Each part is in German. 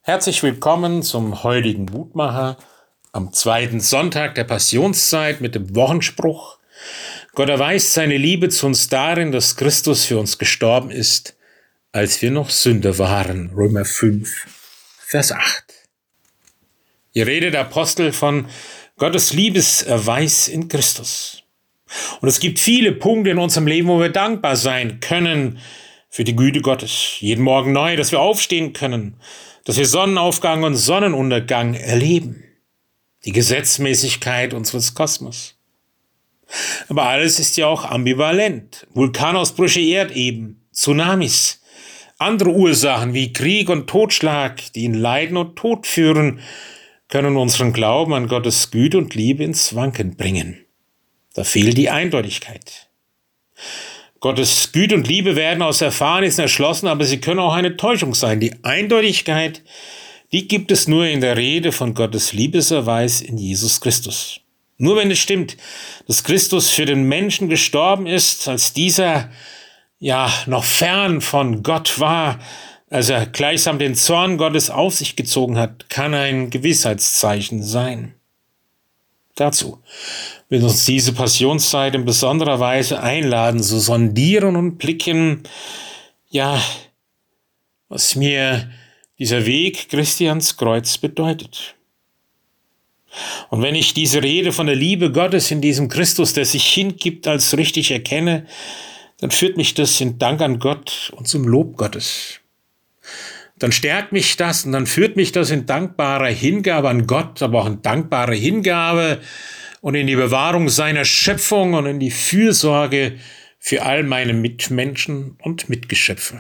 Herzlich willkommen zum heutigen Mutmacher am zweiten Sonntag der Passionszeit mit dem Wochenspruch: Gott erweist seine Liebe zu uns darin, dass Christus für uns gestorben ist, als wir noch Sünder waren. Römer 5, Vers 8. Hier redet der Apostel von Gottes Liebeserweis in Christus. Und es gibt viele Punkte in unserem Leben, wo wir dankbar sein können für die Güte Gottes. Jeden Morgen neu, dass wir aufstehen können, dass wir Sonnenaufgang und Sonnenuntergang erleben. Die Gesetzmäßigkeit unseres Kosmos. Aber alles ist ja auch ambivalent. Vulkanausbrüche, Erdbeben, Tsunamis, andere Ursachen wie Krieg und Totschlag, die in Leiden und Tod führen, können unseren Glauben an Gottes Güte und Liebe ins Wanken bringen. Da fehlt die Eindeutigkeit. Gottes Güte und Liebe werden aus Erfahrnissen erschlossen, aber sie können auch eine Täuschung sein. Die Eindeutigkeit, die gibt es nur in der Rede von Gottes Liebeserweis in Jesus Christus. Nur wenn es stimmt, dass Christus für den Menschen gestorben ist, als dieser noch fern von Gott war, als er gleichsam den Zorn Gottes auf sich gezogen hat, kann ein Gewissheitszeichen sein. Dazu will uns diese Passionszeit in besonderer Weise einladen, zu sondieren und blicken, was mir dieser Weg Christi ans Kreuz bedeutet. Und wenn ich diese Rede von der Liebe Gottes in diesem Christus, der sich hingibt, als richtig erkenne, dann führt mich das in Dank an Gott und zum Lob Gottes. Dann stärkt mich das und dann führt mich das in dankbarer Hingabe an Gott, aber auch in dankbarer Hingabe und in die Bewahrung seiner Schöpfung und in die Fürsorge für all meine Mitmenschen und Mitgeschöpfe.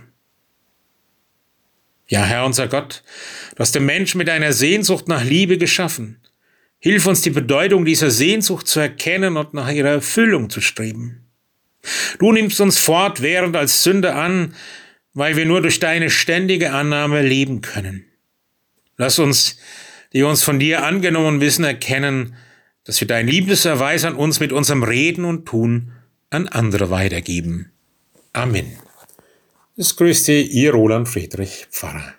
Ja, Herr unser Gott, du hast den Menschen mit einer Sehnsucht nach Liebe geschaffen. Hilf uns, die Bedeutung dieser Sehnsucht zu erkennen und nach ihrer Erfüllung zu streben. Du nimmst uns fortwährend als Sünder an, weil wir nur durch deine ständige Annahme leben können. Lass uns, die uns von dir angenommen wissen, erkennen, dass wir dein Liebeserweis an uns mit unserem Reden und Tun an andere weitergeben. Amen. Es grüßt Ihr Roland Friedrich, Pfarrer.